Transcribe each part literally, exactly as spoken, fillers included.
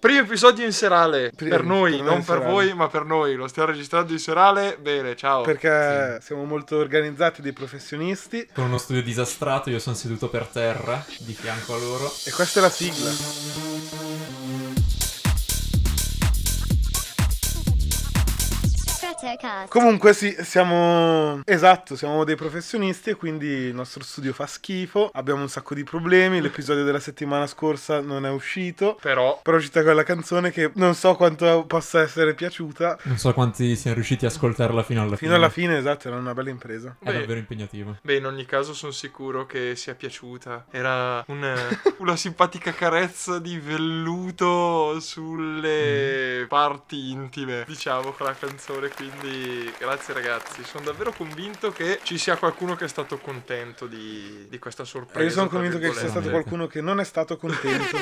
Primo episodio in serale. Pri- per noi, per noi non in per serale. voi, ma per noi. Lo stiamo registrando in serale. Bene, ciao. Perché siamo molto organizzati, dei professionisti. Con uno studio disastrato, io sono seduto per terra, di fianco a loro. E questa è la sigla. Comunque sì, siamo... Esatto, siamo dei professionisti e quindi il nostro studio fa schifo. Abbiamo un sacco di problemi. L'episodio della settimana scorsa non è uscito. Però Però è uscita quella canzone che non so quanto possa essere piaciuta. Non so quanti siano riusciti a ascoltarla fino alla Fino fine. alla fine, esatto, era una bella impresa. È Beh. davvero impegnativo. Beh, in ogni caso sono sicuro che sia piaciuta. Era un, una simpatica carezza di velluto sulle parti intime, diciamo, con la canzone. Quindi grazie ragazzi, sono davvero convinto che ci sia qualcuno che è stato contento di, di questa sorpresa. E io sono tra convinto che ci sia virgolette. stato qualcuno che non è stato contento.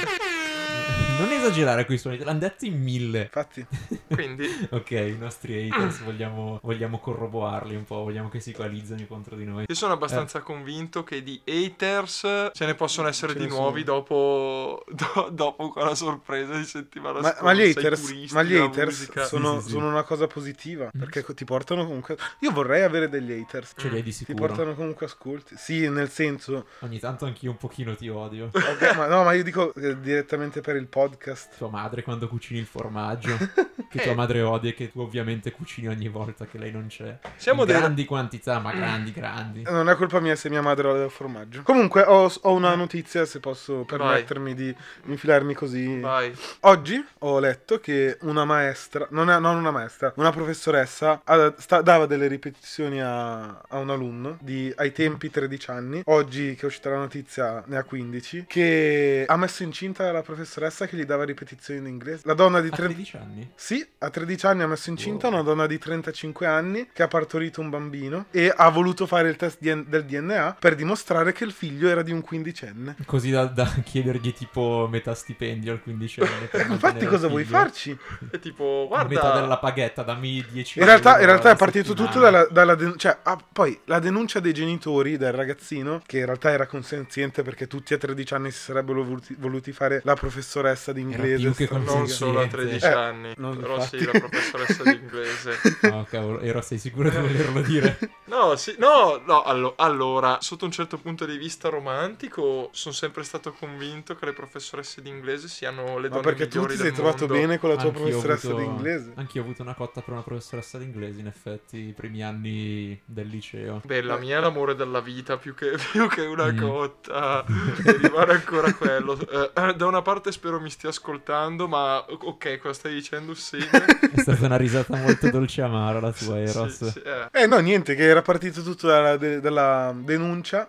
Non esagerare con i suoni, te l'hanno detto in mille. Infatti. Quindi Ok, i nostri haters vogliamo, vogliamo corroborarli un po', vogliamo che si coalizzano contro di noi. io sono abbastanza convinto che di haters ce ne possono essere Ce di ne nuovi sono. dopo, do- dopo quella sorpresa di settimana Ma, scorsa. ma gli i haters, puristi ma gli della haters musica. sono, Sì, sì, sì. sono una cosa positiva. Perché ti portano comunque... Io vorrei avere degli haters. Ce li hai di Ti sicuro. portano comunque ascolti. Sì, nel senso... Ogni tanto anch'io un pochino ti odio. ok, ma, no, ma io dico eh, direttamente per il podcast. Tua madre quando cucini il formaggio, che tua Eh. madre odia e che tu ovviamente cucini ogni volta che lei non c'è. Siamo In dei- grandi quantità, ma grandi, grandi. Non è colpa mia se mia madre odia il formaggio. Comunque ho, ho una notizia, se posso permettermi di infilarmi così. Vai. Oggi ho letto che una maestra, non, è, non una maestra, una professoressa ha- sta- dava delle ripetizioni a, a un alunno di ai tempi tredici anni. Oggi che è uscita la notizia ne ha quindici. Che ha messo incinta la professoressa che gli dava ripetizioni in inglese. La donna di A tre- tredici anni? Sì, a tredici anni ha messo incinta Wow. una donna di trentacinque anni che ha partorito un bambino e ha voluto fare il test di- del D N A per dimostrare che il figlio era di un quindicenne. Così da, da chiedergli tipo metà stipendio al quindicenne. per Infatti mantenere cosa il vuoi figlio. farci? E tipo, guarda. Metà della paghetta, dammi dieci In realtà, in euro realtà è alla partito settimana. tutto dalla, dalla den- cioè, ah, poi la denuncia dei genitori del ragazzino, che in realtà era consenziente perché tutti a tredici anni si sarebbero voluti, voluti fare la professoressa di inglese. più che sta- Non Sì, solo a sì. tredici Eh, anni, non però infatti. sì, la professoressa di inglese. Oh cavolo, Ero, sei sicuro di volerlo dire? No, sì, no, no, allo- allora, sotto un certo punto di vista romantico, sono sempre stato convinto che le professoresse di inglese siano le Ma donne perché tu migliori ti del sei trovato mondo. bene con la tua Anch'io ho professoressa avuto- di inglese? Anch'io ho avuto una cotta per una professoressa di inglese, in effetti, i primi anni del liceo. Beh, la mia è l'amore della vita, più che, più che una Mm. cotta, e rimane ancora quello. Eh, da una parte spero mi stia ascoltando, ma ok, cosa stai dicendo? Sì. È stata una risata molto dolce e amara la tua, Eros. Sì, sì, eh. Eh no, niente, che era partito tutto dalla, de- dalla denuncia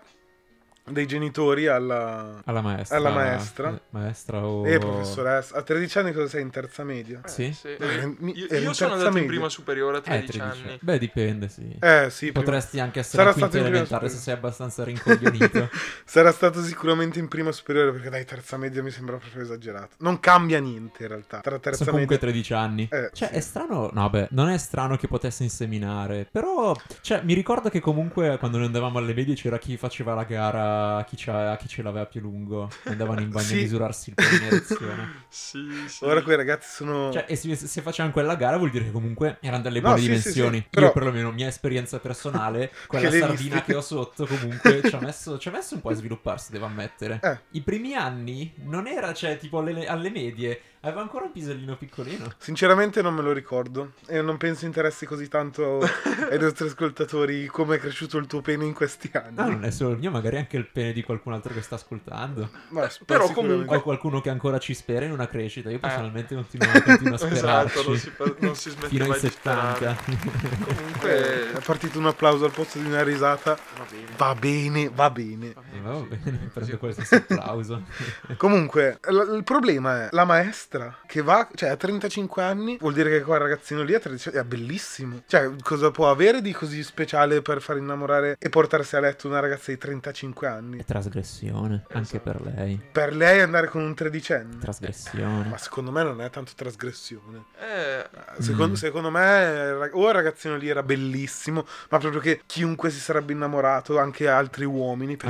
dei genitori alla... Alla maestra. Alla maestra. Eh, Maestra o... E professoressa. A tredici anni cosa sei, in terza media? Sì? Sì. Eh, mi- Io, eri io in sono terza andato in media. prima superiore a Eh, tredici tredici. anni. Beh, dipende, sì. Eh sì, prima- Potresti anche essere Sarà a quinta stato in prima elementare se superiore. sei abbastanza rincoglionito. sarà stato sicuramente in prima superiore perché dai, terza media mi sembra proprio esagerato. Non cambia niente in realtà. Tra terza Sono comunque media... tredici anni. Eh, Cioè, sì. è strano. No, beh, non è strano che potesse inseminare. Però, cioè, mi ricordo che comunque quando noi andavamo alle medie c'era chi faceva la gara a chi, c'ha- a chi ce l'aveva più lungo. Andavano in bagno Sì. a misurarsi il pene in erezione. Sì, sì. Ora quei ragazzi sono... Cioè, e se, se facevano quella gara vuol dire che comunque erano delle No, buone sì, sì, dimensioni. sì, però- Io, perlomeno, mia esperienza personale, quella l'hai sardina visti. che ho sotto, comunque ci ha messo, ci ha messo un po' a svilupparsi, devo ammettere. Eh. I primi anni non era, cioè, tipo alle, alle medie, aveva ancora un pisellino piccolino. Sinceramente non me lo ricordo e non penso interessi così tanto ai nostri ascoltatori come è cresciuto il tuo pene in questi anni. No, non è solo il mio, magari anche il pene di qualcun altro che sta ascoltando. Ma Però sicuramente- comunque- O qualcuno che ancora ci spera in una crescita. Io personalmente Eh. continuo, continuo a sperarci. Esatto, non si, per- non si smette Fino ai mai di sperare. settanta. Comunque, È partito un applauso al posto di una risata. va bene. Va bene, va bene. Eh, va bene, prendo qualsiasi applauso. Comunque, l- il problema è la maestra che va, cioè a trentacinque anni, vuol dire che quel ragazzino lì a tredici anni è bellissimo. Cioè, cosa può avere di così speciale per far innamorare e portarsi a letto una ragazza di trentacinque anni? È trasgressione, anche per lei. Per lei andare con un tredicenne? Trasgressione. Ma secondo me non è tanto trasgressione. Eh, Secondo, Mm. secondo me o il ragazzino lì era bellissimo, ma proprio che chiunque si sarebbe innamorato, anche altri uomini, perché Anche tu? non-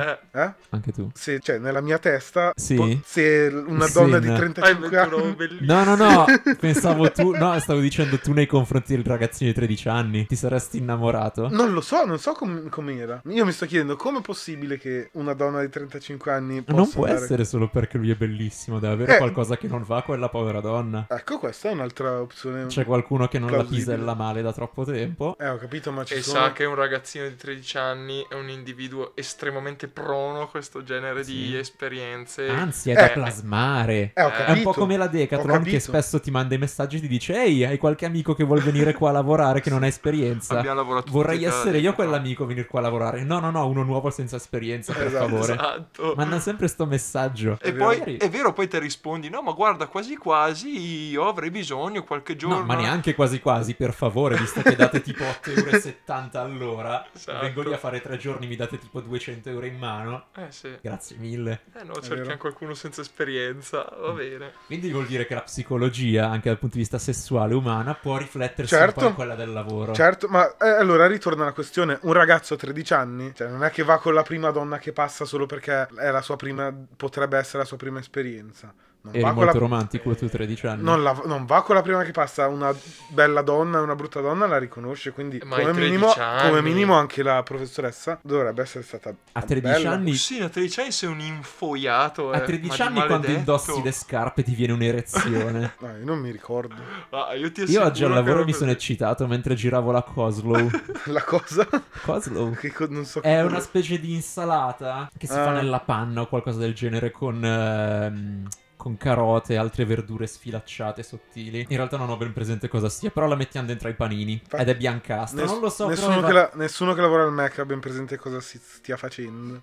Eh, Eh? Anche tu. Se, cioè, nella mia testa, Sì? po- se una Sì, donna di no. hai trentacinque inventato anni... bellissimo. No, no, no, pensavo tu, no, stavo dicendo tu nei confronti del ragazzino di tredici anni, ti saresti innamorato? Non lo so, non so com- com'era. Io mi sto chiedendo com'è possibile che una donna di trentacinque anni possa Non può andare- essere solo perché lui è bellissimo, deve avere Eh. qualcosa che non va a quella povera donna. Ecco, questa è un'altra opzione. C'è qualcuno che non la plausibile. pisella male da troppo tempo. Eh, ho capito, ma ci E sono... sa che un ragazzino di tredici anni è un individuo estremamente prono a questo genere Sì. di esperienze. Anzi, è da Eh. plasmare. Eh, ho È È un capito. po' come la Ho Decathlon che capito. spesso ti manda i messaggi e ti dice: ehi, hai qualche amico che vuol venire qua a lavorare che non ha esperienza? Abbiamo lavorato Vorrei tutti a essere io Decathlon. quell'amico a venire qua a lavorare. No, no, no, uno nuovo senza esperienza, per Esatto, favore. Esatto. Manda sempre sto messaggio. E È poi Magari- è vero, poi ti rispondi: no, ma guarda, quasi quasi io avrei bisogno qualche giorno. No, ma neanche quasi quasi, per favore, visto che date tipo otto virgola settanta euro all'ora. Esatto. Vengo lì a fare tre giorni, mi date tipo duecento euro in mano. Eh sì. Grazie mille. Eh no, vero. cerchiamo qualcuno senza esperienza. Va bene. Quindi vuol dire che la psicologia, anche dal punto di vista sessuale umana, può riflettersi Certo. un po' in quella del lavoro. Certo, ma eh, allora ritorna la questione, un ragazzo a tredici anni, cioè non è che va con la prima donna che passa solo perché è la sua prima, potrebbe essere la sua prima esperienza. Non Eri va con molto la- romantico tu, tredici anni. Non, la- non va con la prima che passa, una bella donna e una brutta donna la riconosce, quindi Ma come ai minimo, tredici anni. come minimo anche la professoressa dovrebbe essere stata A tredici bella. anni, Sì, a tredici anni sei un infoiato. a eh, tredici ma di anni quando maledetto. indossi le scarpe ti viene un'erezione. No, io non mi ricordo. Ah, io ti Io assicuro oggi al che lavoro ero mi sono così. eccitato mentre giravo la Coslow. La cosa Coslow? che co- non so È cosa- una specie di insalata che si Ah. fa nella panna o qualcosa del genere con, ehm, con carote e altre verdure sfilacciate sottili. In realtà non ho ben presente cosa sia, però la mettiamo dentro ai panini. Fa- Ed è biancastra. Ness- non lo so, nessuno, però che va- la- nessuno che lavora al Mac ha ben presente cosa si stia facendo.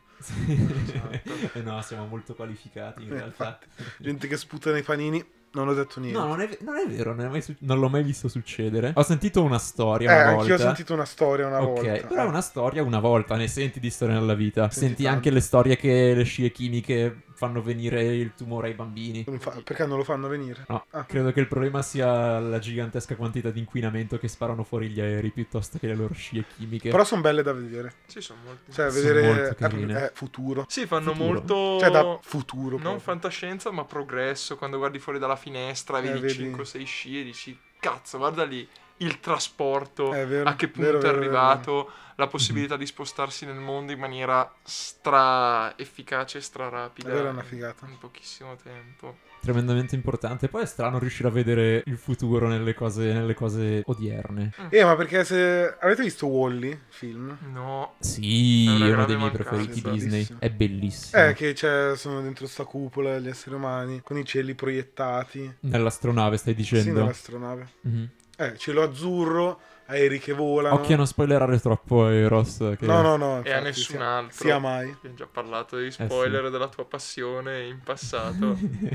Eh no, siamo molto qualificati in Eh, realtà. Gente che sputa nei panini, non ho detto niente. No, non è, non è vero, non, è mai su- non l'ho mai visto succedere. Ho sentito una storia eh, una anch'io volta. ho sentito una storia una Ok, volta. però è Eh. una storia una volta, ne senti di storia nella vita. Senti Senti tanto. anche le storie che le scie chimiche fanno venire il tumore ai bambini. Non fa- Perché non lo fanno venire? No, Ah. credo che il problema sia la gigantesca quantità di inquinamento che sparano fuori gli aerei piuttosto che le loro scie chimiche. Però sono belle da vedere. Sì, sono molto. Cioè, Sono vedere molto è, carine. è futuro. Sì, fanno Futuro. molto. Cioè, da futuro. Non proprio. fantascienza, ma progresso. Quando guardi fuori dalla finestra, vedi vedi. cinque sei scie e dici: cazzo, guarda lì il trasporto. È vero, A che punto vero, è vero, arrivato. La possibilità di spostarsi nel mondo in maniera stra efficace e stra rapida. È vero, è una figata. In pochissimo tempo. Tremendamente importante. Poi è strano riuscire a vedere il futuro nelle cose, nelle cose odierne. Eh, ma perché se... Avete visto Wall-E, film? No. Sì, È una è uno grande dei miei mancanza. preferiti Sì, Disney. bellissimo. È bellissimo. Eh, che c'è, sono dentro sta cupola gli esseri umani, con i cieli proiettati. Nell'astronave stai Sì, dicendo? nell'astronave. Mhm. Eh, cielo azzurro, aerei che volano. Occhio a non spoilerare troppo a Eros. Che... No, no, no. E a infatti, nessun sia- altro. Sia mai. Abbiamo già parlato di Eh, sì. spoiler della tua passione in passato.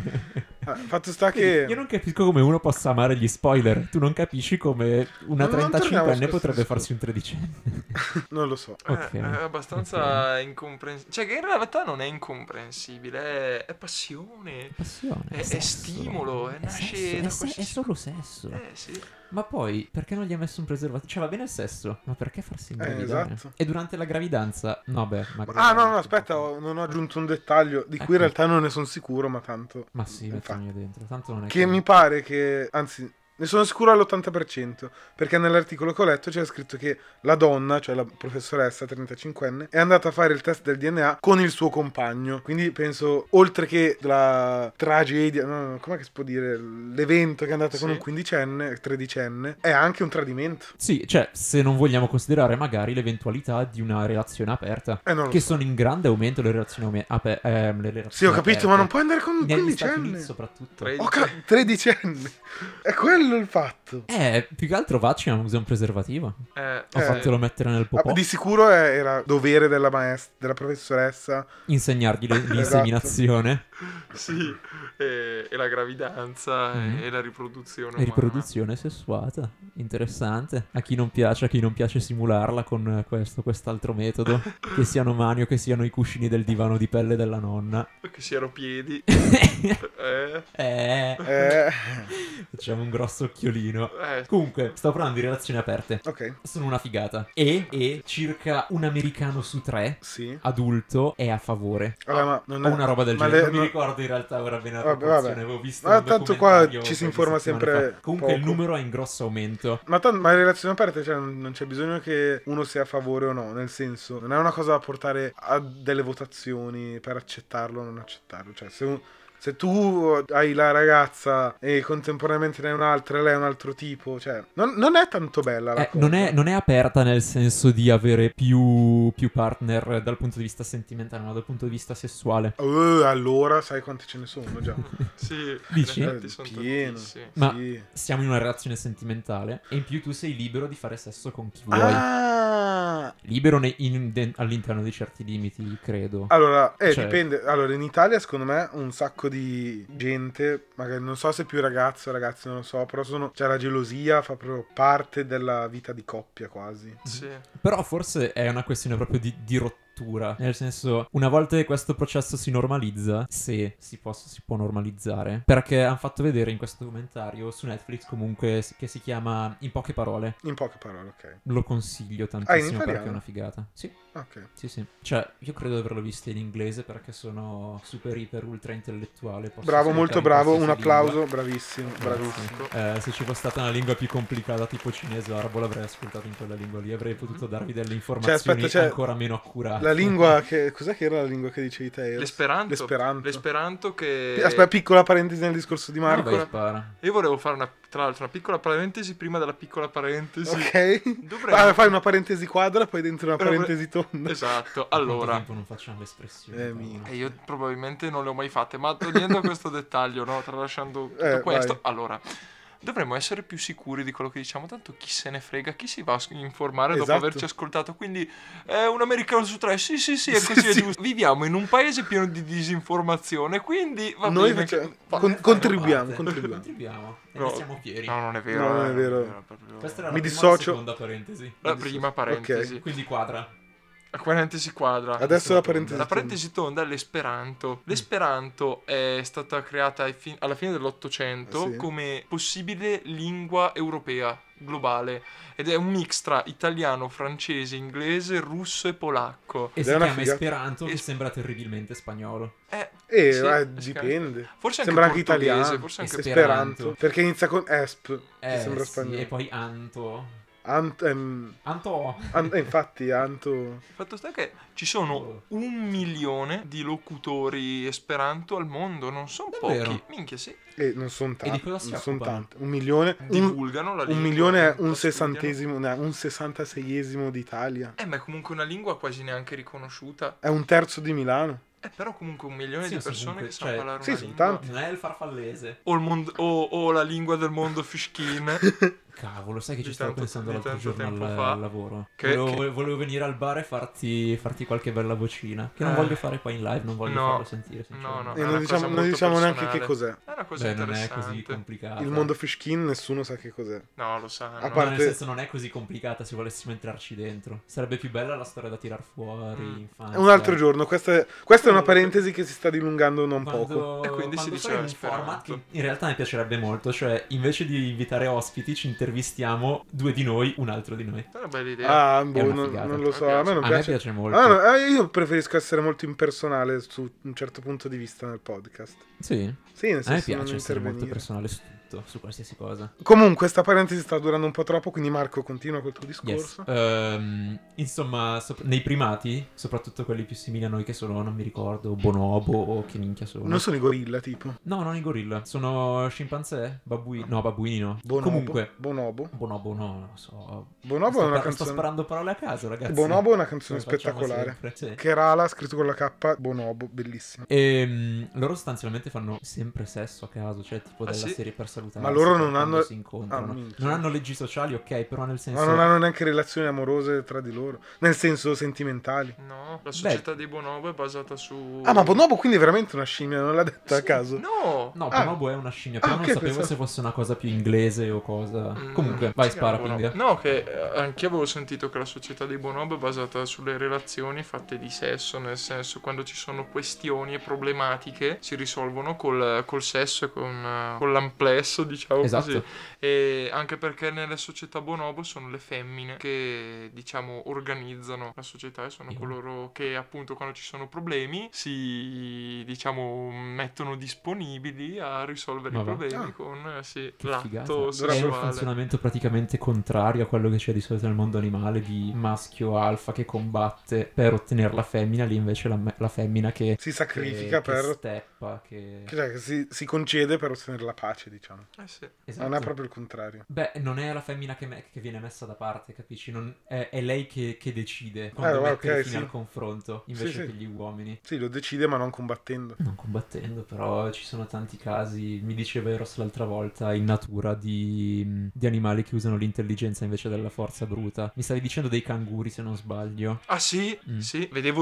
Ah, fatto sta che... Io non capisco come uno possa amare gli spoiler. Tu non capisci come una Non- non torniamo su trentacinquenne questo potrebbe discorso. farsi un tredicenne. Non lo so. Ok. Eh, è abbastanza incomprensibile. Cioè, che in realtà non è incomprensibile, è, è passione. Passione. È- è sesso. stimolo, eh, È nasce sesso, da è, se- qualsiasi- è solo sesso. Eh sì. Ma poi, perché non gli ha messo un preservativo? Cioè, va bene il sesso, ma perché farsi ingravidare? esatto. E durante la gravidanza? No, beh, magari... Ah, no, no, aspetta, ho- non ho aggiunto un dettaglio di cui in Ecco. realtà non ne sono sicuro, ma tanto... Ma sì, Infatti. mettiamolo dentro. Tanto non è Che mi pare che, anzi, ne sono sicuro all'ottanta per cento, perché nell'articolo che ho letto c'era scritto che la donna, cioè la professoressa trentacinquenne, è andata a fare il test del D N A con il suo compagno. Quindi penso, oltre che la tragedia, no, no, com'è che si può dire, l'evento che è andata con Sì. un quindicenne, tredicenne, è anche un tradimento. Sì, cioè, se non vogliamo considerare magari l'eventualità di una relazione aperta. Eh, non lo Che so. sono in grande aumento le relazioni ome- ape- ehm, le relazioni Sì, ho capito, aperte. ma non puoi andare con un Negli Stati Uniti quindicenne. soprattutto. Tre- Oh, ca- tredicenne. È quello il fatto. Eh, più che altro vacci, ma usa un preservativo. Eh, O Eh. fatelo mettere nel Ah, popò. di sicuro è- era dovere della maestra, della professoressa. Insegnargli le- Esatto. l'inseminazione sì. E, e la gravidanza Mhm. e, e la riproduzione e umana. riproduzione sessuata. Interessante. A chi non piace, a chi non piace simularla con questo, quest'altro metodo. Che siano mani o che siano i cuscini del divano di pelle della nonna. Che siano piedi. eh. Eh, Eh, Facciamo un grosso occhiolino. Eh, Comunque, sto parlando di relazioni aperte. Ok, Sono una figata. E, e circa un americano su tre sì. adulto è a favore. Vabbè, ma non O è... una roba del ma genere. le- Non mi no- ricordo in realtà ora bene la Vabbè, proporzione. vabbè. Avevo visto Ma un tanto qua documentario ci si qualche informa settimana sempre fa. Comunque il poco. numero è in grosso aumento. Ma, tan- ma le relazioni aperte, cioè, non non c'è bisogno che uno sia a favore o no, nel senso, non è una cosa da portare a delle votazioni per accettarlo o non accettarlo. Cioè, se, un- se tu hai la ragazza e contemporaneamente ne hai un'altra e lei è un altro tipo, cioè, non, non è tanto bella la Eh, cosa. non, è, non è aperta nel senso di avere più, più partner dal punto di vista sentimentale, ma dal punto di vista sessuale. Uh, allora sai quante ce ne sono già. sì, Dici? in effetti Eh, sono pieno. tantissimi. Ma Sì. siamo in una relazione sentimentale e in più tu sei libero di fare sesso con chi vuoi. Ah! Libero nei- in- de- all'interno di certi limiti, credo. Allora, eh, Cioè- dipende. Allora, in Italia, secondo me, un sacco di gente, magari non so se più ragazze o ragazzi, non lo so, però sono, cioè, la gelosia fa proprio parte della vita di coppia, quasi. Sì. Però forse è una questione proprio di, di rottura. Nel senso, una volta che questo processo si normalizza, se si, possa, si può normalizzare, perché hanno fatto vedere in questo documentario su Netflix comunque s- che si chiama In poche parole. In poche parole, ok. Lo consiglio Ah, in tantissimo italiano? perché è una figata. Sì, Ok. sì, sì. Cioè, io credo di averlo visto in inglese perché sono super iper ultra intellettuale. posso Bravo, molto ascoltare in bravo. Un qualsiasi applauso, lingua. bravissimo, bravissimo. Eh, se ci fosse stata una lingua più complicata tipo cinese o arabo l'avrei ascoltato in quella lingua lì, avrei potuto darvi delle informazioni aspetta, c'è ancora meno accurate. La lingua che... Cos'è che era la lingua che dicevi te? Eros? L'esperanto. L'esperanto. L'esperanto che... Aspetta, piccola parentesi nel discorso di Ah, Marco. vai, spara. Io volevo fare una, tra l'altro una piccola parentesi prima della piccola parentesi. Ok. Dovremmo... Ah, fai una parentesi quadra, poi dentro una Però- parentesi tonda. Esatto, Quanto allora... tempo non facciamo l'espressione? Eh, però? minchia. E io probabilmente non le ho mai fatte, ma togliendo questo dettaglio, no? Tralasciando tutto Eh, questo, vai. allora, dovremmo essere più sicuri di quello che diciamo, tanto chi se ne frega, chi si va a informare dopo Esatto. averci ascoltato, quindi è un americano su tre, sì sì sì, è Sì, così, è sì. giusto. Viviamo in un paese pieno di disinformazione, quindi va Noi bene. facciamo- fa- con- fa- contribuiamo, Parte. contribuiamo. Contribuiamo. E No. ne siamo fieri. No, non è vero. No, non è eh, vero. proprio- Questa era Mi la prima dissocio. o la seconda parentesi. La Mi prima dissocio. parentesi. Quindi quadra. La parentesi quadra. Adesso la parentesi La tonda. parentesi tonda è l'esperanto. L'esperanto è stata creata ai fi- alla fine dell'Ottocento Sì. come possibile lingua europea globale ed è un mix tra italiano, francese, inglese, russo e polacco. E Ed si è una chiama figa. Esperanto, che Es- sembra terribilmente spagnolo. Eh, Eh, sì, eh, si dipende. Forse anche Sembra anche portoghese, italiano. forse anche Esperanto. Esperanto. Perché inizia con esp. che Eh, sembra sì, spagnolo. e poi Anto. Ant- ehm, Anto. an- eh, infatti, Anto. Il fatto sta che ci sono un milione di locutori esperanto al mondo, non sono Davvero? pochi. Minchia, sì. Eh, non sono E di cosa si tanti. Non sono occupano? tanti. Un milione. Un, Divulgano la un lingua. milione è la un studiano. sessantesimo, no, un sessantaseiesimo d'Italia. Eh, ma è comunque una lingua quasi neanche riconosciuta. È un terzo di Milano. Eh, però comunque un milione Sì, di sono persone comunque- che sanno cioè- parlare sì, una sono lingua. tanti. Non è il farfallese. O, il mond- o, o la lingua del mondo Fishkin. Cavolo, sai che Di ci stavo tanto- pensando di l'altro tanto giorno tempo al, fa. al lavoro. Che- volevo, che- volevo venire al bar e farti, farti qualche bella vocina. Che non Eh. voglio fare qua in live, non voglio No. farlo sentire. No, no. sinceramente. E È non una diciamo, cosa non molto diciamo neanche personale. che cos'è. È una cosa Beh, non è interessante. così complicato. Il mondo Fishkin, nessuno sa che cos'è. No, lo sanno. A No, parte- nel senso non è così complicata se volessimo entrarci dentro. Sarebbe più bella la storia da tirar fuori. Mm. infanzia. Un altro giorno, questa è, questa è una Comunque- parentesi che si sta dilungando non poco. Quando, E quindi si quando diceva fai un esperanto. format che in realtà mi piacerebbe molto, cioè invece di invitare ospiti ci intervistiamo due di noi, un altro di noi. È una bella idea. Ah, boh, una non, figata. non lo so, A me a me non A me piace. piace molto. Ah, no, eh, io preferisco essere molto impersonale su un certo punto di vista nel podcast. Sì, Sì, nel a me senso non piace essere molto intervenire. personale su tutto, su qualsiasi cosa. Comunque, sta parentesi sta durando un po' troppo, quindi Marco continua col tuo Yes. discorso. Ehm, insomma, sop- nei primati, soprattutto quelli più simili a noi che sono, non mi ricordo, bonobo o che minchia sono. Non sono i gorilla, tipo. No, non i gorilla, sono scimpanzé, babbuini, no, babbuini no. Bonobo. Comunque, Bonobo. bonobo no, non lo so. Bonobo sto, è una par- canzone. sto sparando parole a caso, ragazzi. Bonobo è una canzone Come facciamo spettacolare. sempre, sì. Kerala, scritto con la K, Bonobo, bellissimo. E mm, loro sostanzialmente fanno sempre sesso a caso, cioè tipo Ah, della sì? serie per salutare. Ma loro non hanno- si incontrano. Ah, minchia. non hanno leggi sociali, ok, però nel senso Ma non hanno neanche relazioni amorose tra di loro, nel senso sentimentali. No, la società di Bonobo è basata su... Ah, ma Bonobo quindi è veramente una scimmia, non l'ha detta a Sì. caso. No! No, Ah. Bonobo è una scimmia, però Ah, non ok, sapevo pensavo- se fosse una cosa più inglese o cosa. Mm, Comunque, vai, sì, spara, bonobo. Ping. No, che eh, anch'io avevo sentito che la società dei bonobo è basata sulle relazioni fatte di sesso, nel senso quando ci sono questioni e problematiche si risolvono col, col sesso e con, eh, con l'amplesso, diciamo Esatto. così. E anche perché nelle società bonobo sono le femmine che, diciamo, organizzano la società e sono Io. coloro che appunto quando ci sono problemi si, diciamo, mettono disponibili a risolvere Ma i va. problemi Ah. con eh, sì, Che l'atto figata. È un sessuale. funzionamento praticamente contrario a quello che c'è di solito nel mondo animale, di maschio alfa che combatte per ottenere la femmina, lì invece la, la femmina che Si sacrifica che, per... che steppa, che... Cioè, che si, si concede per ottenere la pace, diciamo. Eh sì. Esatto. Non è proprio il contrario. Beh, non è la femmina che, me- che viene messa da parte, capisci? Non- è, è lei che, che decide Eh, quando ok, mettere fine sì. al confronto, invece Sì, sì. che gli uomini. Sì, lo decide ma non combattendo. Non combattendo, però ci sono tanti casi, mi diceva Eros l'altra volta, in natura di, di animali che usano l'intelligenza invece della forza bruta. Mi stavi dicendo dei canguri, se non sbaglio. Ah sì? Mm. Sì, vedevo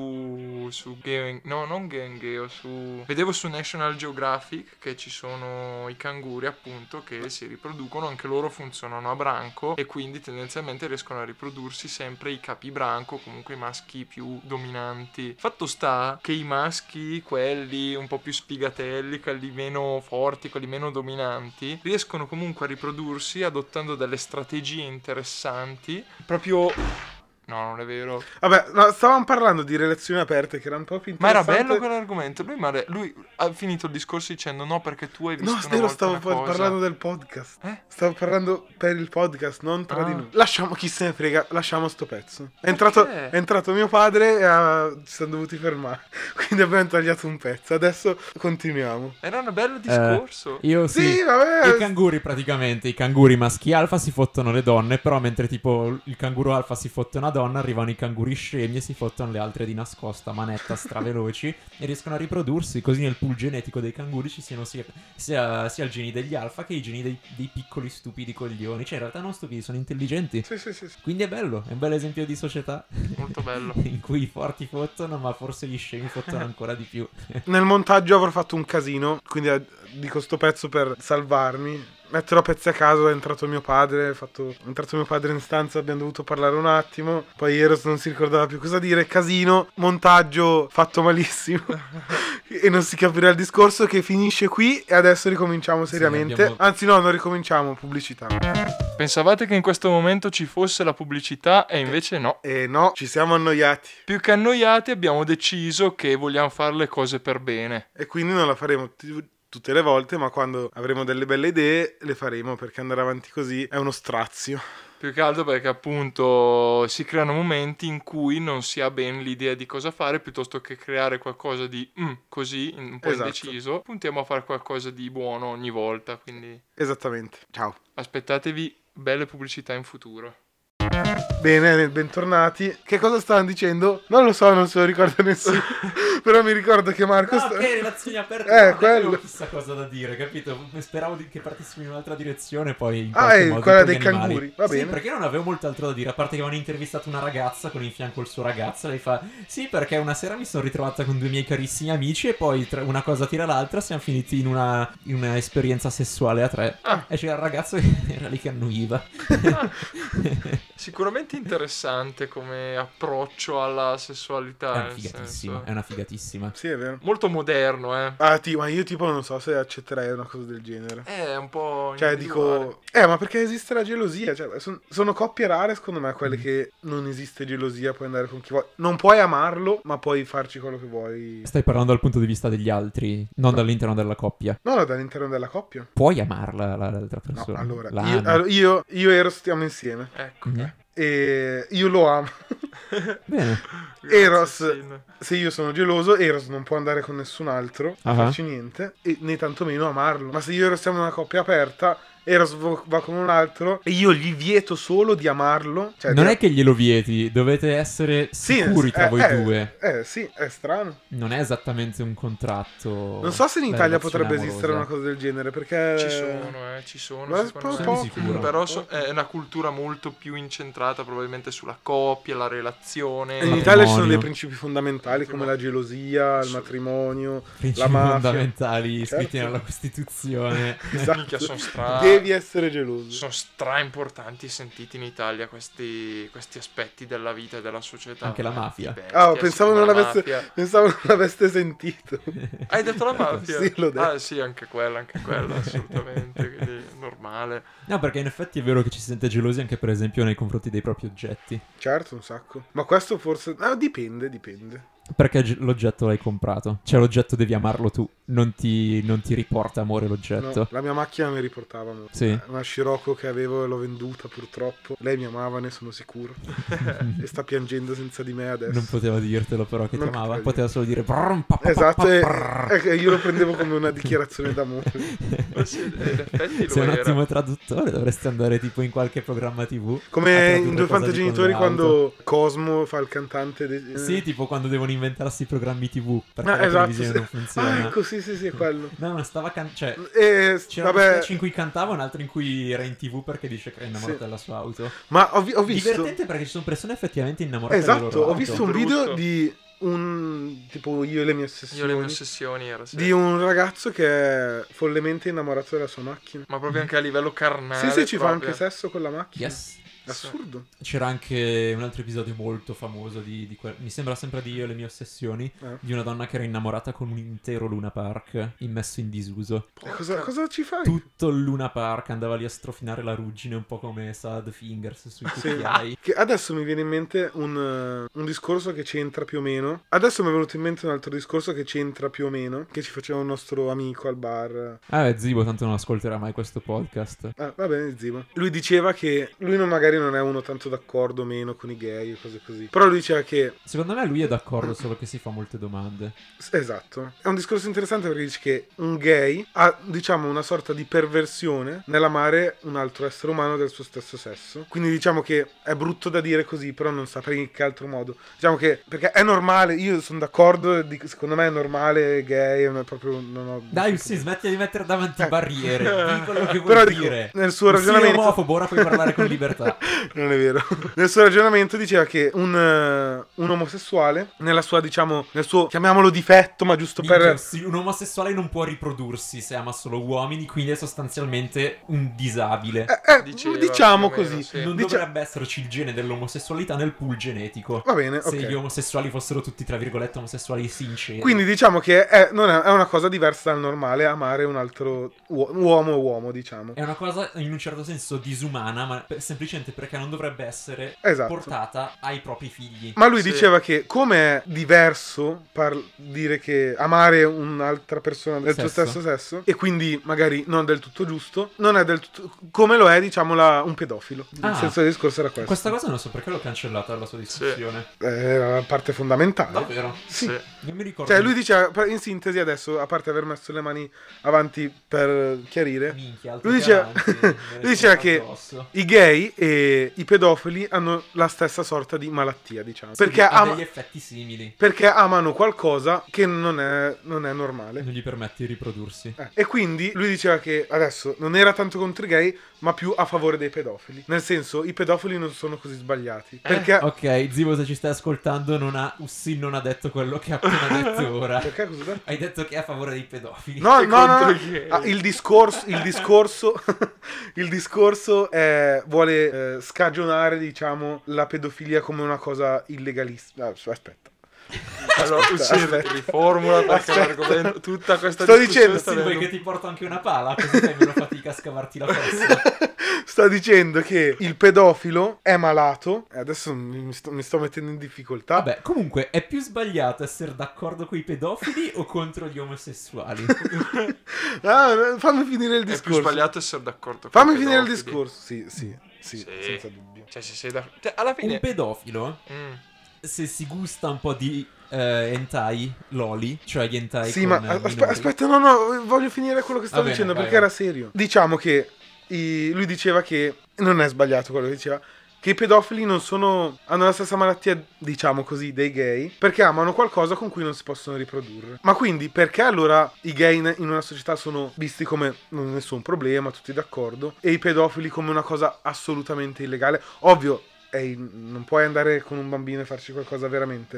su su Ge- no, non Gengeo, su vedevo su National Geographic che ci sono i canguri appunto che si riproducono, anche loro funzionano a branco e quindi tendenzialmente riescono a riprodursi sempre i capibranco, comunque i maschi più dominanti. Fatto sta che i maschi, quelli un po' più sfigatelli, quelli meno forti, quelli meno dominanti, riescono comunque a riprodursi adottando delle strategie interessanti, proprio. No, non è vero. Vabbè, no, stavamo parlando di relazioni aperte che erano proprio Ma era interessanti. bello quell'argomento. Lui, m'ha de- lui ha finito il discorso dicendo no perché tu hai visto No, una Stero, volta stavo una par- cosa. parlando del podcast. Eh? Stavo parlando per il podcast, non tra Ah. di noi. Lasciamo, chi se ne frega, lasciamo sto pezzo. È entrato, Perché? è entrato mio padre e ha- ci siamo dovuti fermare. Quindi abbiamo tagliato un pezzo. Adesso continuiamo. Era un bello discorso. Io sì. Sì, vabbè. I canguri praticamente, i canguri maschi alfa si fottono le donne, però mentre tipo il canguro alfa si fotte una donna, arrivano i canguri scemi e si fottono le altre di nascosta, manetta, straveloci, e riescono a riprodursi, così nel pool genetico dei canguri ci siano sia, sia, sia i geni degli alfa che i geni dei, dei piccoli stupidi coglioni, cioè in realtà non stupidi, sono intelligenti. Sì, sì, sì, sì. Quindi è bello, è un bel esempio di società Molto bello. in cui i forti fottono, ma forse gli scemi fottono ancora di più. Nel montaggio avrò fatto un casino, quindi eh, dico sto pezzo per salvarmi. Metterò pezzi a caso, è entrato mio padre, è, fatto... è entrato mio padre in stanza, abbiamo dovuto parlare un attimo, poi Eros non si ricordava più cosa dire, casino, montaggio fatto malissimo e non si capirà il discorso che finisce qui e adesso ricominciamo seriamente. abbiamo- Anzi no, non ricominciamo, pubblicità. Pensavate che in questo momento ci fosse la pubblicità e invece no. E no, ci siamo annoiati Più che annoiati abbiamo deciso che vogliamo fare le cose per bene. e quindi non la faremo t- tutte le volte, ma quando avremo delle belle idee le faremo, perché andare avanti così è uno strazio. Più che altro perché appunto si creano momenti in cui non si ha ben l'idea di cosa fare, piuttosto che creare qualcosa di mm, così, un po' Esatto. indeciso, puntiamo a fare qualcosa di buono ogni volta, quindi Esattamente. Ciao. aspettatevi belle pubblicità in futuro. Bene, bentornati. Che cosa stavano dicendo? Non lo so, non se lo ricorda nessuno. Però mi ricordo che Marco... No, sta- che relazioni aperte, Eh, non è che quello. avevo chissà cosa da dire, capito? Speravo di- che partissimo in un'altra direzione, poi in Ah, qualche è modo quella con dei gli animali. canguri, va Sì, bene. perché non avevo molto altro da dire, a parte che avevano intervistato una ragazza con in fianco il suo ragazzo, lei fa sì, perché una sera mi sono ritrovata con due miei carissimi amici e poi tra una cosa tira l'altra siamo finiti in una, in una esperienza sessuale a tre. Ah. E c'era il ragazzo che era lì che annuiva. Sicuramente interessante come approccio alla È sessualità, una nel figatissima, senso. è una figatissima. Sì, è vero. Molto moderno, eh. Ah, ti, ma io tipo non so se accetterei una cosa del genere. È un po' Cioè, individuale. dico... Eh, ma perché esiste la gelosia? Cioè, son- sono coppie rare, secondo me, quelle Mm. che non esiste gelosia, puoi andare con chi vuoi. Non puoi amarlo, ma puoi farci quello che vuoi. Stai parlando dal punto di vista degli altri, non dall'interno della coppia. No, no, dall'interno della coppia. Puoi amarla la- l'altra No, persona. allora, La io, ami. allora, io, io e Eros stiamo insieme. Ecco. Mhm. E io lo amo. Bene. Grazie, Eros, Sin. se io sono geloso, Eros non può andare con nessun altro, Ah. non farci niente, e né tantomeno amarlo. Ma se io e Eros siamo in una coppia aperta, Eros vo- va con un altro, e io gli vieto solo di amarlo. Cioè, Non di- è che glielo vieti, dovete essere Sì, sicuri tra eh, voi eh, due. Eh, sì, è strano. Non è esattamente un contratto. Non so se in la Italia relazione potrebbe amorosa. esistere una cosa del genere, perché... Ci sono, eh, ci sono, Ma secondo un me. po', Sono sicuro. Però so- è una cultura molto più incentrata probabilmente sulla coppia, la relazione. In Matrimonio. Italia ci sono dei principi fondamentali come la Matrimonio. gelosia, il Sì. matrimonio, Principi la mafia. fondamentali Certo. scritti nella Costituzione. Esatto. Minchia, sono strani. devi essere geloso. Sono stra importanti sentiti in Italia questi, questi aspetti della vita e della società. Anche la mafia. Bestia, Ah, pensavo sì, non, la l'avesse, mafia. pensavo non l'aveste sentito. Hai detto la mafia? Sì, l'ho detto. Ah sì, anche quella, anche quella, assolutamente, quindi normale. No, perché in effetti è vero che ci si sente gelosi anche per esempio nei confronti dei propri oggetti. Certo, un sacco. Ma questo forse... Ah, dipende, dipende. Perché gi- l'oggetto l'hai comprato. Cioè l'oggetto devi amarlo tu, non ti, non ti riporta amore l'oggetto. No, la mia macchina mi riportava molto. Sì. Una Scirocco che avevo e l'ho venduta purtroppo. Lei mi amava, ne sono sicuro. E sta piangendo senza di me adesso. Non poteva dirtelo però che Non ti amava. poteva Poteva solo dire brum, pa, pa, pa, Esatto, pa, e, brrr. e che io lo prendevo come una dichiarazione d'amore. Ma sì, in effetti lo Sei un era. ottimo traduttore, dovresti andare tipo in qualche programma tivù. a Come tradurre in Due cosa Fantagenitori dicono le auto. quando Cosmo fa il cantante. De... Sì, tipo quando devono inventarsi i programmi tivù. Perché Ah, la esatto, televisione sì. non funziona. Ah, ecco, sì, sì, sì, è quello. No, non stava can- cioè E, c'era vabbè, uno sketch in cui cantava, un altro in cui era in tivù perché dice che è innamorato Sì. della sua auto. ma ho, vi- ho visto... Divertente perché ci sono persone effettivamente innamorate delle Esatto, loro ho auto. visto un Brutto. video di un... tipo io e le mie ossessioni. Io le mie ossessioni era sì. Di un ragazzo che è follemente innamorato della sua macchina. Ma proprio anche a livello carnale. Sì, sì, ci fa proprio. anche sesso con la macchina. Yes. Assurdo. C'era anche un altro episodio molto famoso di, di quel- mi sembra sempre di Io e le mie ossessioni, Eh. di una donna che era innamorata con un intero Luna Park immesso in disuso. E cosa, cosa ci fai? Tutto il Luna Park andava lì a strofinare la ruggine, un po' come Sad Fingers sui Sì. cucchiai. Che adesso mi viene in mente un, eh, un discorso che c'entra più o meno. Adesso mi è venuto in mente un altro discorso che c'entra più o meno. Che ci faceva un nostro amico al bar. Ah, beh, Zibo tanto non ascolterà mai questo podcast. Ah, va bene, Zimo. Lui diceva che lui non, magari non è uno tanto d'accordo o meno con i gay o cose così. Però lui diceva che... Secondo me lui è d'accordo, solo che si fa molte domande. Esatto. È un discorso interessante perché dice che un gay ha, diciamo, una sorta di perversione nell'amare un altro essere umano del suo stesso sesso. Quindi diciamo che è brutto da dire così, però non saprei in che altro modo. Diciamo che... Perché è normale, io sono d'accordo, dico, secondo me è normale, gay, è proprio... Non ho Dai, nessun sì, smetti di mettere davanti Eh. barriere. Di quello che vuoi Però dico, dire. nel suo Sei ragionamento... omofobo, ora puoi parlare con libertà. Non è vero. Nel suo ragionamento diceva che un, eh, un omosessuale, nella sua, diciamo, nel suo, chiamiamolo difetto, ma giusto Minchia, per... sì, un omosessuale non può riprodursi se ama solo uomini, quindi è sostanzialmente un disabile. Eh, eh, Diceva, diciamo più o meno, così. sì. Non Dicia- dovrebbe esserci il gene dell'omosessualità nel pool genetico. Va bene, Se ok. gli omosessuali fossero tutti, tra virgolette, omosessuali sinceri. Quindi diciamo che è, non è, è una cosa diversa dal normale amare un altro uo- uomo o uomo, diciamo. È una cosa in un certo senso disumana, ma per- semplicemente perché non dovrebbe essere Esatto. portata ai propri figli. Ma lui Sì. diceva che come è diverso par- dire che amare un'altra persona del tuo Sesso. stesso sesso, e quindi magari non del tutto giusto, non è del tutto come lo è, diciamo, la- un pedofilo. Il Ah. senso del discorso era questo. Questa cosa non so perché l'ho cancellata dalla sua discussione. Eh, Era la parte fondamentale. Davvero? Sì. Sì. Non mi ricordo. Cioè lui diceva, per- in sintesi adesso, a parte aver messo le mani avanti per chiarire, Minchia, altro lui che diceva, avanti, me ne lui diceva sono che addosso. i gay e i pedofili hanno la stessa sorta di malattia, diciamo. Perché, ha ama- degli effetti simili. perché amano qualcosa che non è, non è normale. Non gli permette di riprodursi. Eh, E quindi lui diceva che adesso non era tanto contro i gay, ma più a favore dei pedofili. Nel senso, i pedofili non sono così sbagliati. Perché... Ok, Zivo, se ci stai ascoltando, non ha, Ussin non ha detto quello che ha appena detto ora. Perché cosa ho detto? Hai detto che è a favore dei pedofili. No, E no, no, contro no. i gay. Ah, il discorso, il discorso, il discorso è, vuole eh, scagionare, diciamo, la pedofilia come una cosa illegalista. Ah, aspetta. Allora, sì, aspetta. riformula perché Aspetta. l'argomento, tutta questa Sto discussione dicendo, sta Sì, vuoi avendo- che ti porto anche una pala, così fai meno fatica a scavarti la fossa. Sto dicendo che il pedofilo è malato. E adesso mi sto, mi sto mettendo in difficoltà. Vabbè, comunque, è più sbagliato essere d'accordo con i pedofili o contro gli omosessuali? Ah, fammi finire il È più discorso. sbagliato essere d'accordo con Fammi i finire il pedofili. discorso. Sì, sì, sì, Sì. senza dubbio. Cioè, se sei da... Cioè, alla fine... Un pedofilo, Mm. se si gusta un po' di eh, hentai, loli, cioè gli hentai Sì, con ma eh, aspe- minori. aspetta, no, no, voglio finire quello che sto Va bene, dicendo vai, perché vai. era serio. Diciamo che i- lui diceva che non è sbagliato quello che diceva. Che i pedofili non sono. Hanno la stessa malattia, diciamo così, dei gay. Perché amano qualcosa con cui non si possono riprodurre. Ma quindi perché allora i gay in in una società sono visti come non nessun problema, tutti d'accordo, e i pedofili come una cosa assolutamente illegale? Ovvio, ehi, non puoi andare con un bambino e farci qualcosa veramente.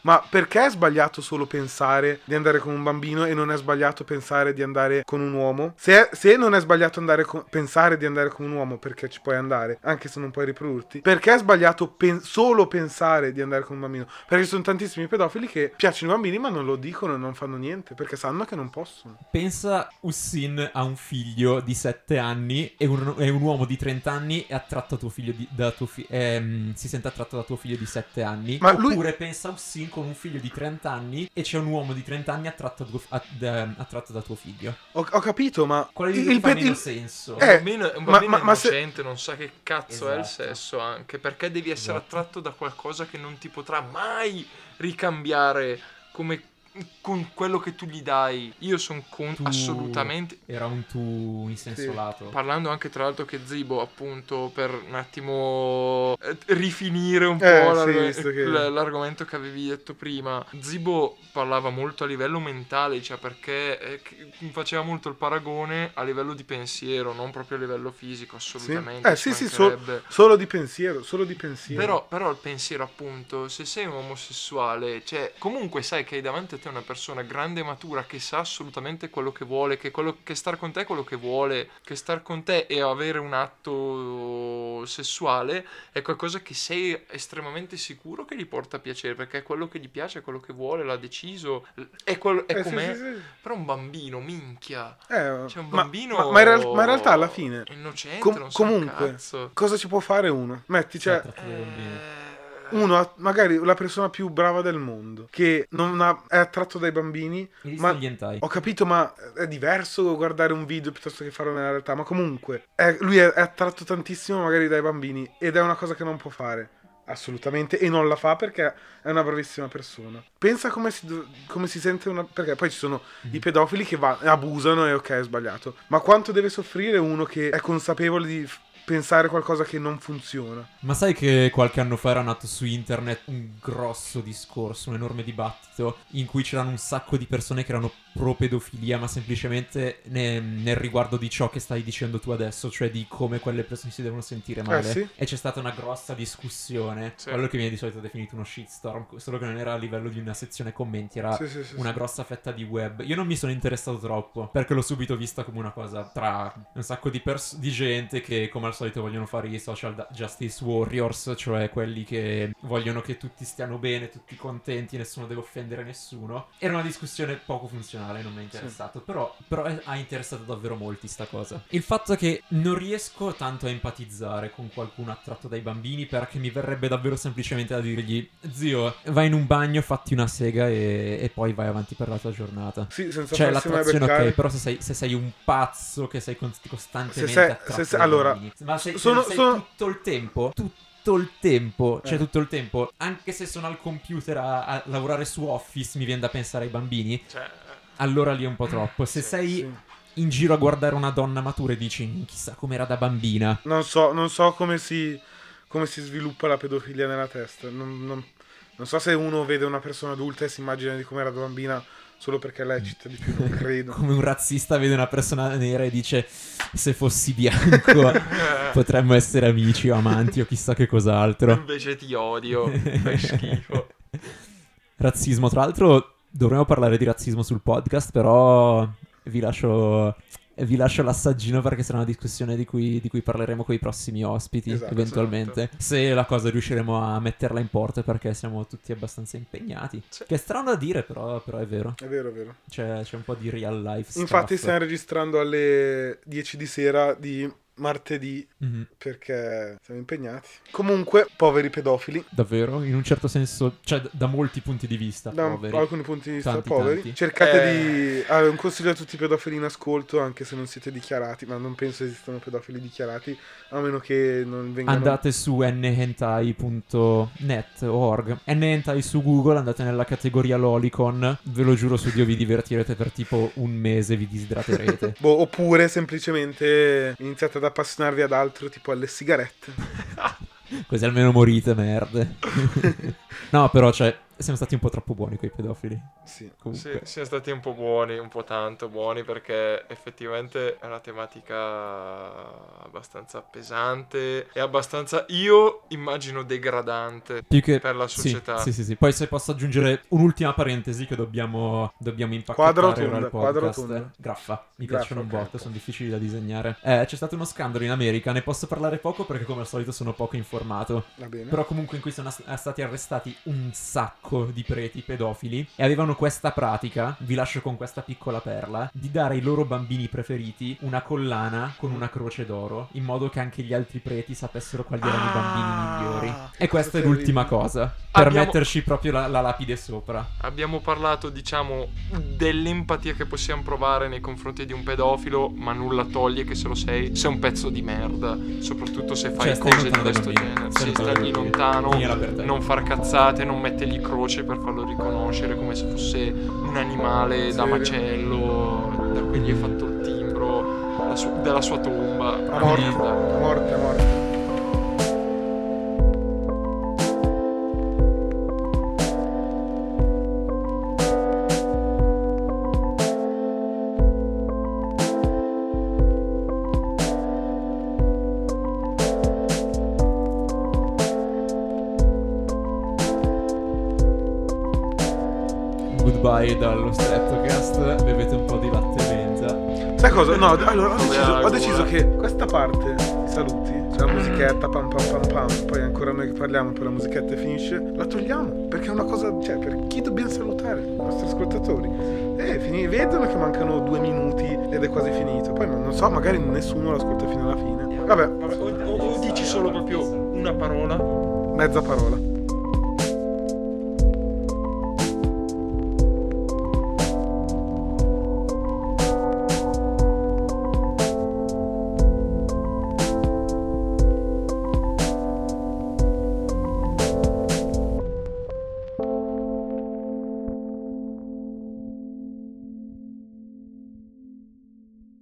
ma perché è sbagliato solo pensare di andare con un bambino e non è sbagliato pensare di andare con un uomo? Se, è- se non è sbagliato andare con- pensare di andare con un uomo perché ci puoi andare, anche se non puoi riprodurti, perché è sbagliato pen- solo pensare di andare con un bambino? Perché ci sono tantissimi pedofili che piacciono i bambini ma non lo dicono e non fanno niente perché sanno che non possono. Pensa Ussin ha un figlio di sette anni e un, e un uomo di trenta anni è attratto a tuo figlio di, da tuo fi- ehm, si sente attratto da tuo figlio di sette anni. Ma lui- Oppure pensa Ussin con un figlio di trenta anni e c'è un uomo di trenta anni attratto, a tuo- a- da- attratto da tuo figlio. Ho, ho capito, ma Quale di il, due ti il fa pe- meno il- senso? Eh, Un bambino, un ma- bambino ma- ma se- innocente non sa che cazzo è il Esatto. sesso, anche perché devi essere Esatto. attratto da qualcosa che non ti potrà mai ricambiare come con quello che tu gli dai. Io sono con Tu- assolutamente. Era un tu in senso Sì. lato. Parlando anche tra l'altro che Zibo, appunto, per un attimo eh, rifinire un Eh, po' sì, l'arg- visto che- l- l'argomento che avevi detto prima, Zibo parlava molto a livello mentale, cioè perché eh, che- faceva molto il paragone a livello di pensiero, non proprio a livello fisico, sì. assolutamente. Eh ci sì, sì, so- mancherebbe. solo di pensiero, solo di pensiero. Però, però il pensiero, appunto, se sei un omosessuale, cioè, comunque sai che hai davanti a te una persona grande e matura che sa assolutamente quello che vuole, che, quello, che star con te è quello che vuole, che star con te e avere un atto sessuale è qualcosa che sei estremamente sicuro che gli porta piacere, perché è quello che gli piace, è quello che vuole, l'ha deciso, è, quello, è Eh, sì, com'è. sì, sì. Però un bambino, minchia, Eh, cioè un ma- bambino ma, ma in real- ma in realtà alla fine innocente, com- non sa un comunque cazzo. cosa ci può fare uno? Metti, cioè, Attratto dai bambini. Eh, uno ha- magari la persona più brava del mondo che non ha- è attratto dai bambini, I ma gli hentai. ho capito, ma è diverso guardare un video piuttosto che farlo nella realtà. Ma comunque è- lui è, è attratto tantissimo magari dai bambini ed è una cosa che non può fare assolutamente e non la fa perché è una bravissima persona. Pensa come si, do- come si sente una, perché poi ci sono i pedofili che va- abusano e ok, è sbagliato, ma quanto deve soffrire uno che è consapevole di f- pensare qualcosa che non funziona? Ma sai che qualche anno fa era nato su internet un grosso discorso, un enorme dibattito in cui c'erano un sacco di persone che erano pro pedofilia, ma semplicemente ne- nel riguardo di ciò che stai dicendo tu adesso, cioè di come quelle persone si devono sentire male. Eh, sì. E c'è stata una grossa discussione, Sì. quello che viene di solito definito uno shitstorm, solo che non era a livello di una sezione commenti, era Sì, sì, sì, una sì. grossa fetta di web. Io non mi sono interessato troppo, perché l'ho subito vista come una cosa tra un sacco di, pers- di gente che come al solito vogliono fare i social da- justice warriors, cioè quelli che vogliono che tutti stiano bene, tutti contenti, nessuno deve offendere nessuno. Era una discussione poco funzionale, non mi ha interessato, però, però è- ha interessato davvero molti sta cosa. Il fatto è che non riesco tanto a empatizzare con qualcuno attratto dai bambini, perché mi verrebbe davvero semplicemente da dirgli: zio, vai in un bagno, fatti una sega e, e poi vai avanti per la tua giornata. Sì, senza Cioè farsi mai l'attrazione beccare. ok, però se sei, se sei un pazzo che sei con- costantemente Se sei- attratto se sei- dai allora, bambini, ma sei, sono- se sei sono- tutto il tempo, tutto il tempo, cioè Eh. tutto il tempo, anche se sono al computer a, a lavorare su Office, mi viene da pensare ai bambini, cioè, allora lì è un po' troppo. Se Sì, sei Sì. in giro a guardare una donna matura e dici "Mm, chissà com'era da bambina", Non so, non so come si, come si sviluppa la pedofilia nella testa. Non, non- non so se uno vede una persona adulta e si immagina di come era da bambina solo perché è lecita di più, non credo. come un razzista vede una persona nera e dice se fossi bianco potremmo essere amici o amanti o chissà che cos'altro. invece ti odio, fai schifo. Razzismo, tra l'altro dovremmo parlare di razzismo sul podcast, però vi lascio, vi lascio l'assaggino perché sarà una discussione di cui, di cui parleremo con i prossimi ospiti, Esatto, eventualmente. Se la cosa riusciremo a metterla in porto, perché siamo tutti abbastanza impegnati. Sì. Che è strano da dire, però, però è vero. È vero, è vero. C'è, c'è un po' di real life stuff. Infatti stiamo registrando alle dieci di sera di martedì Mhm. perché siamo impegnati. Comunque, poveri pedofili. Davvero? In un certo senso, cioè d- da molti punti di vista, Da poveri. alcuni punti di vista Tanti, poveri. tanti. Cercate Eh. di... ah, un consiglio a tutti i pedofili in ascolto, anche se non siete dichiarati, ma non penso esistano pedofili dichiarati, a meno che non vengano... Andate su n hentai punto net o org. N-hentai su Google, andate nella categoria Lolicon. Ve lo giuro su Dio, vi divertirete per tipo un mese, vi disidraterete. Boh, oppure semplicemente iniziate ad appassionarvi ad altro, tipo alle sigarette. Così almeno morite, merde. No, però, cioè, Siamo stati un po' troppo buoni coi pedofili. Sì. Comunque. Sì, siamo stati un po' buoni, un po' tanto buoni, perché effettivamente è una tematica abbastanza pesante e abbastanza, io immagino, degradante Più che per la sì, società. Sì, sì, sì. Poi se posso aggiungere un'ultima parentesi che dobbiamo, dobbiamo Quadro impacchettare ora rotondo, il quadro podcast. rotondo. Graffa. Mi Graffa, piacciono un ok, botto, ok. sono difficili da disegnare. Eh, c'è stato uno scandalo in America, ne posso parlare poco perché come al solito sono poco informato. Va bene. Però comunque in cui sono ass- stati arrestati un sacco di preti pedofili e avevano questa pratica, vi lascio con questa piccola perla, di dare ai loro bambini preferiti una collana con una croce d'oro, in modo che anche gli altri preti sapessero quali erano i bambini Ah, migliori. che E questa cosa è l'ultima terribile. cosa, per Abbiamo- metterci proprio la, la lapide sopra. Abbiamo parlato, diciamo, dell'empatia che possiamo provare nei confronti di un pedofilo, ma nulla toglie che se lo sei, sei un pezzo di merda, soprattutto se fai Cioè, stai cose di lontano dai questo bambini, genere. stai Sì, lontano stagli dai bambini. lontano, Finirà per te. non far cazzate, non mettergli croce per farlo riconoscere come se fosse un animale da Serio? macello, da cui gli hai fatto il timbro la su- della sua tomba. A Una morte, merda. a morte, a morte. Goodbye dallo Streptocast, bevete un po' di latte e menza. Sai cosa? No, allora ho Come deciso, ho acqua. deciso che questa parte, i saluti, cioè la musichetta, pam pam pam pam, poi ancora noi che parliamo, poi la musichetta finisce, la togliamo, perché è una cosa, cioè, per chi dobbiamo salutare? I nostri ascoltatori. Eh, fini- vedono che mancano due minuti ed è quasi finito. Poi non so, magari nessuno l'ascolta fino alla fine. Vabbè, Vabbè, o, o- o dici solo proprio una parola. mezza parola.